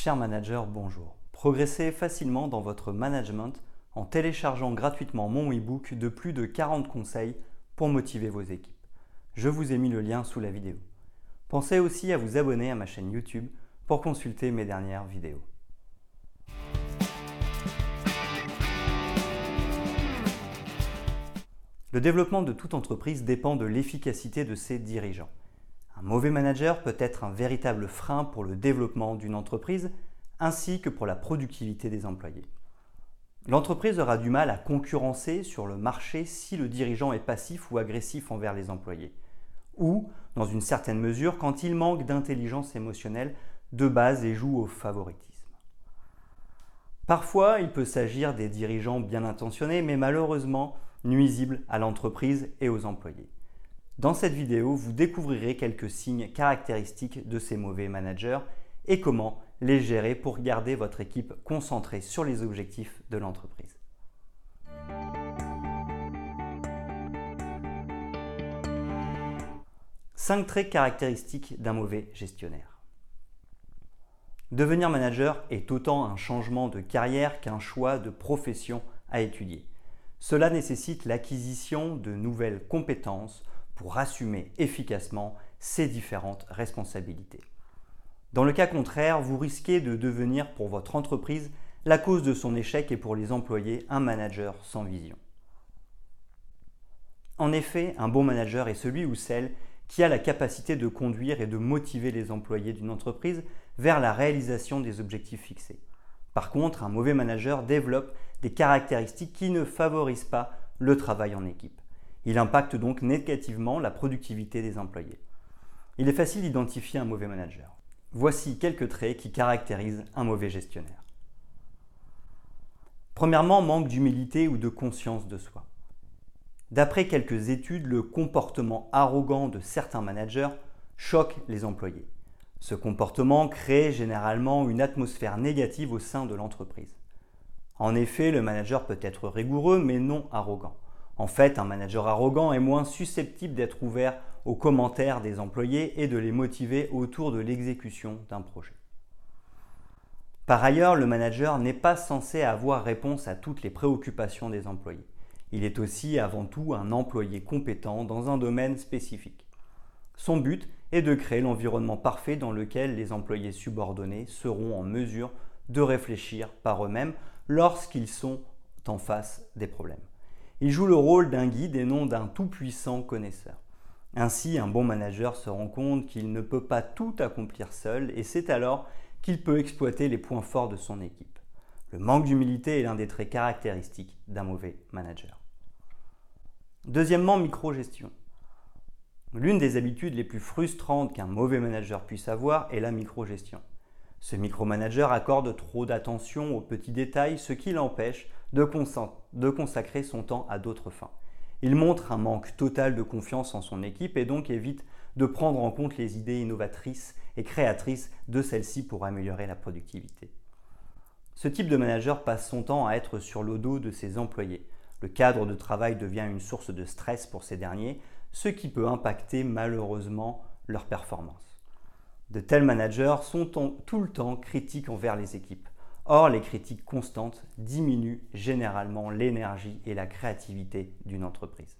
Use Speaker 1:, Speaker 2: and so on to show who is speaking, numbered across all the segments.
Speaker 1: Cher manager, bonjour. Progressez facilement dans votre management en téléchargeant gratuitement mon e-book de plus de 40 conseils pour motiver vos équipes. Je vous ai mis le lien sous la vidéo. Pensez aussi à vous abonner à ma chaîne YouTube pour consulter mes dernières vidéos. Le développement de toute entreprise dépend de l'efficacité de ses dirigeants. Un mauvais manager peut être un véritable frein pour le développement d'une entreprise ainsi que pour la productivité des employés. L'entreprise aura du mal à concurrencer sur le marché si le dirigeant est passif ou agressif envers les employés, ou, dans une certaine mesure, quand il manque d'intelligence émotionnelle de base et joue au favoritisme. Parfois, il peut s'agir des dirigeants bien intentionnés, mais malheureusement nuisibles à l'entreprise et aux employés. Dans cette vidéo, vous découvrirez quelques signes caractéristiques de ces mauvais managers et comment les gérer pour garder votre équipe concentrée sur les objectifs de l'entreprise. Cinq traits caractéristiques d'un mauvais gestionnaire. Devenir manager est autant un changement de carrière qu'un choix de profession à étudier. Cela nécessite l'acquisition de nouvelles compétences pour assumer efficacement ces différentes responsabilités. Dans le cas contraire, vous risquez de devenir pour votre entreprise la cause de son échec et pour les employés un manager sans vision. En effet, un bon manager est celui ou celle qui a la capacité de conduire et de motiver les employés d'une entreprise vers la réalisation des objectifs fixés. Par contre, un mauvais manager développe des caractéristiques qui ne favorisent pas le travail en équipe. Il impacte donc négativement la productivité des employés. Il est facile d'identifier un mauvais manager. Voici quelques traits qui caractérisent un mauvais gestionnaire. Premièrement, manque d'humilité ou de conscience de soi. D'après quelques études, le comportement arrogant de certains managers choque les employés. Ce comportement crée généralement une atmosphère négative au sein de l'entreprise. En effet, le manager peut être rigoureux mais non arrogant. En fait, un manager arrogant est moins susceptible d'être ouvert aux commentaires des employés et de les motiver autour de l'exécution d'un projet. Par ailleurs, le manager n'est pas censé avoir réponse à toutes les préoccupations des employés. Il est aussi avant tout un employé compétent dans un domaine spécifique. Son but est de créer l'environnement parfait dans lequel les employés subordonnés seront en mesure de réfléchir par eux-mêmes lorsqu'ils sont en face des problèmes. Il joue le rôle d'un guide et non d'un tout-puissant connaisseur. Ainsi, un bon manager se rend compte qu'il ne peut pas tout accomplir seul et c'est alors qu'il peut exploiter les points forts de son équipe. Le manque d'humilité est l'un des traits caractéristiques d'un mauvais manager. Deuxièmement, microgestion. L'une des habitudes les plus frustrantes qu'un mauvais manager puisse avoir est la microgestion. Ce micromanager accorde trop d'attention aux petits détails, ce qui l'empêche de consacrer son temps à d'autres fins. Il montre un manque total de confiance en son équipe et donc évite de prendre en compte les idées innovatrices et créatrices de celle-ci pour améliorer la productivité. Ce type de manager passe son temps à être sur le dos de ses employés. Le cadre de travail devient une source de stress pour ces derniers, ce qui peut impacter malheureusement leur performance. De tels managers sont tout le temps critiques envers les équipes. Or, les critiques constantes diminuent généralement l'énergie et la créativité d'une entreprise.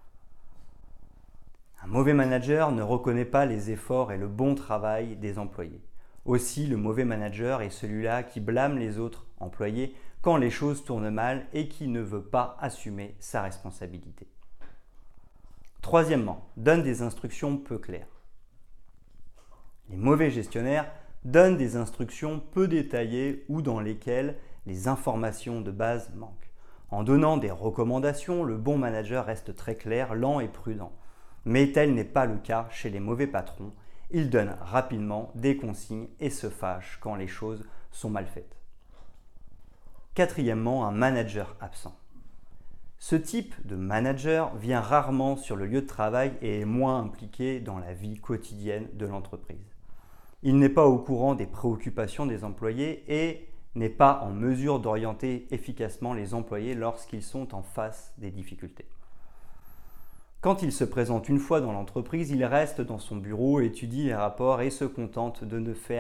Speaker 1: Un mauvais manager ne reconnaît pas les efforts et le bon travail des employés. Aussi, le mauvais manager est celui-là qui blâme les autres employés quand les choses tournent mal et qui ne veut pas assumer sa responsabilité. Troisièmement, donne des instructions peu claires. Les mauvais gestionnaires donnent des instructions peu détaillées ou dans lesquelles les informations de base manquent. En donnant des recommandations, le bon manager reste très clair, lent et prudent. Mais tel n'est pas le cas chez les mauvais patrons. Ils donnent rapidement des consignes et se fâchent quand les choses sont mal faites. Quatrièmement, un manager absent. Ce type de manager vient rarement sur le lieu de travail et est moins impliqué dans la vie quotidienne de l'entreprise. Il n'est pas au courant des préoccupations des employés et n'est pas en mesure d'orienter efficacement les employés lorsqu'ils sont en face des difficultés. Quand il se présente une fois dans l'entreprise, il reste dans son bureau, étudie les rapports et se contente de ne faire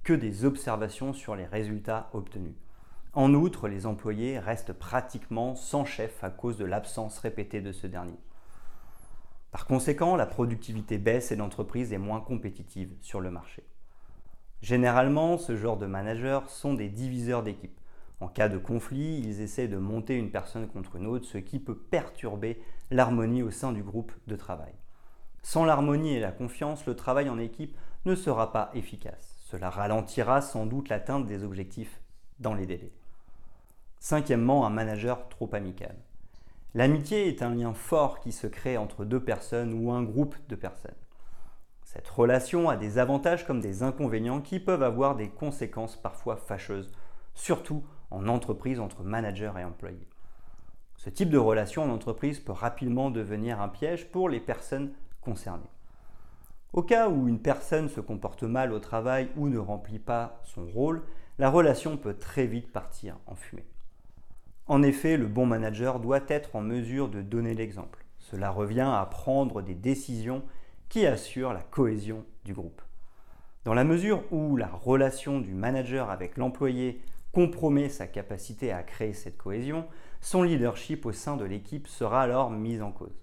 Speaker 1: que des observations sur les résultats obtenus. En outre, les employés restent pratiquement sans chef à cause de l'absence répétée de ce dernier. Par conséquent, la productivité baisse et l'entreprise est moins compétitive sur le marché. Généralement, ce genre de managers sont des diviseurs d'équipe. En cas de conflit, ils essaient de monter une personne contre une autre, ce qui peut perturber l'harmonie au sein du groupe de travail. Sans l'harmonie et la confiance, le travail en équipe ne sera pas efficace. Cela ralentira sans doute l'atteinte des objectifs dans les délais. Cinquièmement, un manager trop amical. L'amitié est un lien fort qui se crée entre deux personnes ou un groupe de personnes. Cette relation a des avantages comme des inconvénients qui peuvent avoir des conséquences parfois fâcheuses, surtout en entreprise entre manager et employé. Ce type de relation en entreprise peut rapidement devenir un piège pour les personnes concernées. Au cas où une personne se comporte mal au travail ou ne remplit pas son rôle, la relation peut très vite partir en fumée. En effet, le bon manager doit être en mesure de donner l'exemple. Cela revient à prendre des décisions qui assurent la cohésion du groupe. Dans la mesure où la relation du manager avec l'employé compromet sa capacité à créer cette cohésion, son leadership au sein de l'équipe sera alors mis en cause.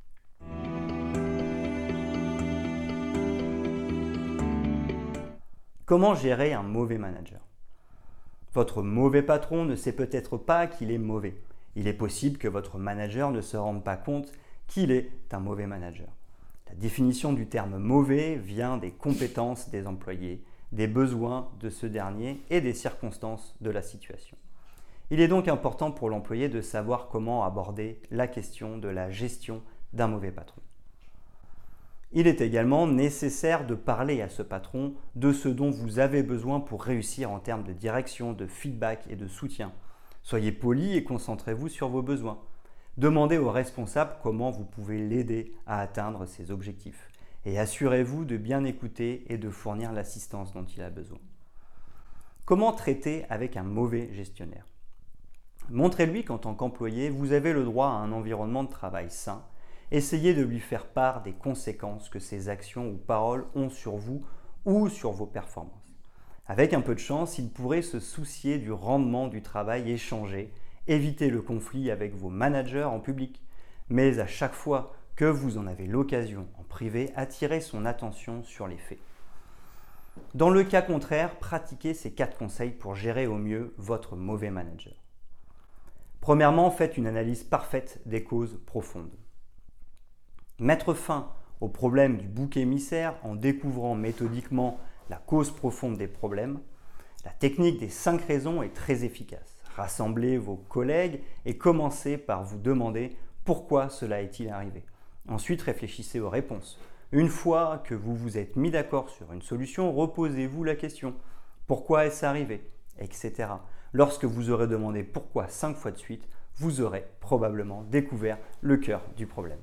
Speaker 1: Comment gérer un mauvais manager ? Votre mauvais patron ne sait peut-être pas qu'il est mauvais. Il est possible que votre manager ne se rende pas compte qu'il est un mauvais manager. La définition du terme mauvais vient des compétences des employés, des besoins de ce dernier et des circonstances de la situation. Il est donc important pour l'employé de savoir comment aborder la question de la gestion d'un mauvais patron. Il est également nécessaire de parler à ce patron de ce dont vous avez besoin pour réussir en termes de direction, de feedback et de soutien. Soyez poli et concentrez-vous sur vos besoins. Demandez au responsable comment vous pouvez l'aider à atteindre ses objectifs et assurez-vous de bien écouter et de fournir l'assistance dont il a besoin. Comment traiter avec un mauvais gestionnaire ? Montrez-lui qu'en tant qu'employé, vous avez le droit à un environnement de travail sain. Essayez de lui faire part des conséquences que ses actions ou paroles ont sur vous ou sur vos performances. Avec un peu de chance, il pourrait se soucier du rendement du travail échangé, éviter le conflit avec vos managers en public, mais à chaque fois que vous en avez l'occasion en privé, attirez son attention sur les faits. Dans le cas contraire, pratiquez ces 4 conseils pour gérer au mieux votre mauvais manager. Premièrement, faites une analyse parfaite des causes profondes. Mettre fin au problème du bouc émissaire en découvrant méthodiquement la cause profonde des problèmes. La technique des 5 raisons est très efficace. Rassemblez vos collègues et commencez par vous demander pourquoi cela est-il arrivé. Ensuite, réfléchissez aux réponses. Une fois que vous vous êtes mis d'accord sur une solution, reposez-vous la question. Pourquoi est-ce arrivé ? Etc. Lorsque vous aurez demandé pourquoi 5 fois de suite, vous aurez probablement découvert le cœur du problème.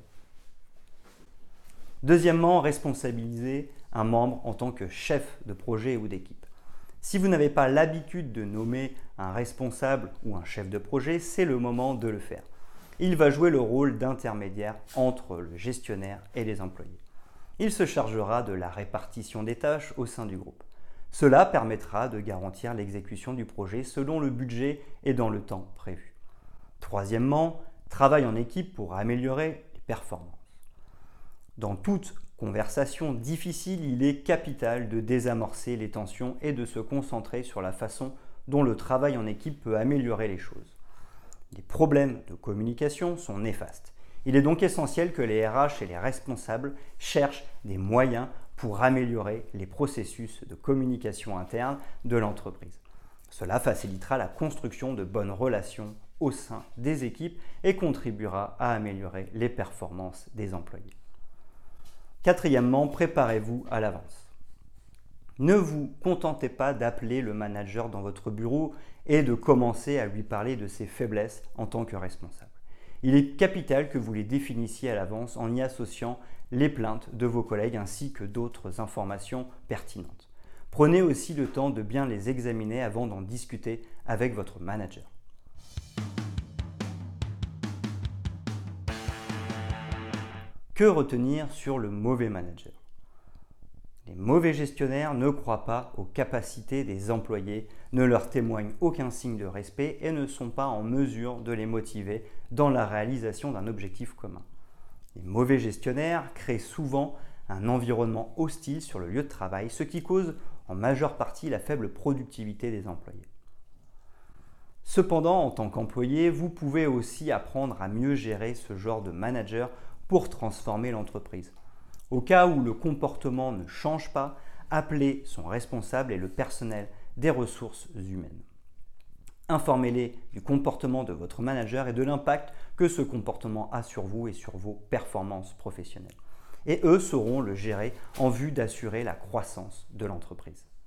Speaker 1: Deuxièmement, responsabilisez un membre en tant que chef de projet ou d'équipe. Si vous n'avez pas l'habitude de nommer un responsable ou un chef de projet, c'est le moment de le faire. Il va jouer le rôle d'intermédiaire entre le gestionnaire et les employés. Il se chargera de la répartition des tâches au sein du groupe. Cela permettra de garantir l'exécution du projet selon le budget et dans le temps prévu. Troisièmement, travaille en équipe pour améliorer les performances. Dans toute conversation difficile, il est capital de désamorcer les tensions et de se concentrer sur la façon dont le travail en équipe peut améliorer les choses. Les problèmes de communication sont néfastes. Il est donc essentiel que les RH et les responsables cherchent des moyens pour améliorer les processus de communication interne de l'entreprise. Cela facilitera la construction de bonnes relations au sein des équipes et contribuera à améliorer les performances des employés. Quatrièmement, préparez-vous à l'avance. Ne vous contentez pas d'appeler le manager dans votre bureau et de commencer à lui parler de ses faiblesses en tant que responsable. Il est capital que vous les définissiez à l'avance en y associant les plaintes de vos collègues ainsi que d'autres informations pertinentes. Prenez aussi le temps de bien les examiner avant d'en discuter avec votre manager. Que retenir sur le mauvais manager ? Les mauvais gestionnaires ne croient pas aux capacités des employés, ne leur témoignent aucun signe de respect et ne sont pas en mesure de les motiver dans la réalisation d'un objectif commun. Les mauvais gestionnaires créent souvent un environnement hostile sur le lieu de travail, ce qui cause en majeure partie la faible productivité des employés. Cependant, en tant qu'employé, vous pouvez aussi apprendre à mieux gérer ce genre de manager pour transformer l'entreprise. Au cas où le comportement ne change pas, appelez son responsable et le personnel des ressources humaines. Informez-les du comportement de votre manager et de l'impact que ce comportement a sur vous et sur vos performances professionnelles. Et eux sauront le gérer en vue d'assurer la croissance de l'entreprise.